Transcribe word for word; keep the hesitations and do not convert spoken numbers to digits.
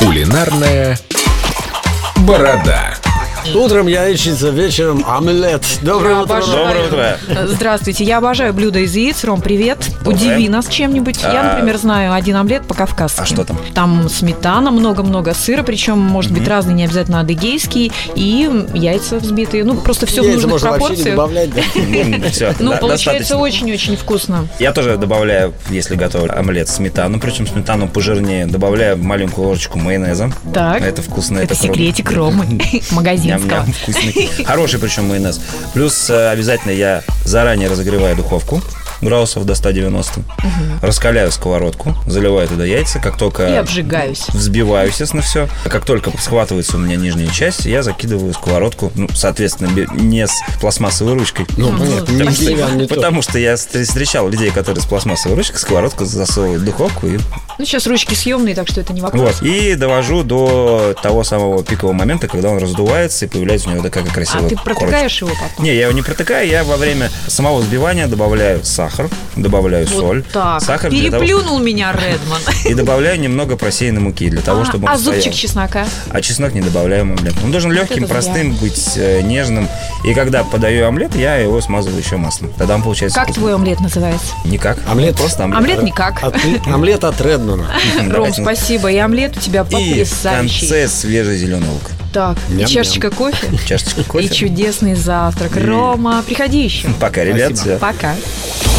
Кулинарная борода. Утром яичница, вечером омлет. Доброе утро. Доброе утро. Здравствуйте, я обожаю блюда из яиц. Ром, привет. Доброе. Удиви нас чем-нибудь. А... Я, например, знаю один омлет по-кавказски. А что там? Там сметана, много-много сыра, причем может быть разный, не обязательно адыгейский, и яйца взбитые. Ну, просто все в Яйца нужных можно вообще не пропорциях. добавлять, да? Все, Ну, получается очень-очень вкусно. Я тоже добавляю, если готовлю омлет, сметану, причем сметану пожирнее. Добавляю маленькую ложечку майонеза. Так. Это вкусно, это, Это секретик Ромы магазинского. Ням-ням, вкусный. Хороший причем майонез. Плюс э, обязательно я заранее разогреваю духовку градусов до ста девяноста. Угу. Раскаляю сковородку, заливаю туда яйца. Как только... И обжигаюсь. Взбиваю, естественно, все. Как только схватывается у меня нижняя часть, я закидываю сковородку, ну, соответственно, не с пластмассовой ручкой. Ну, понятно, не деревянный, не то. Потому что я встречал людей, которые с пластмассовой ручкой сковородку засовывают в духовку и... Ну, сейчас ручки съемные, так что это не вопрос. Вот. И довожу до того самого пикового момента, когда он раздувается и появляется у него такая красивая А ты корочка. протыкаешь его потом? Не, я его не протыкаю, я во время самого взбивания добавляю сахар, добавляю Вот соль. так. Сахар для того, Переплюнул меня Редман. и добавляю немного просеянной муки для того, А, чтобы он а стоял. зубчик чеснока? А чеснок не добавляем в омлет. Он должен легким, это зря. простым быть, э, нежным. И когда подаю омлет, я его смазываю еще маслом. Тогда он получается Как вкусный. твой омлет называется? Никак. Омлет? Просто омлет. Омлет никак. От- Омлет от Редмана. Ром, спасибо. И омлет у тебя И в потрясающий. конце свежий зеленый лук. Так, и Ням-ням. чашечка кофе. Чашечка кофе. И чудесный завтрак. Рома, приходи еще. Пока, ребят. Спасибо. всё. Пока.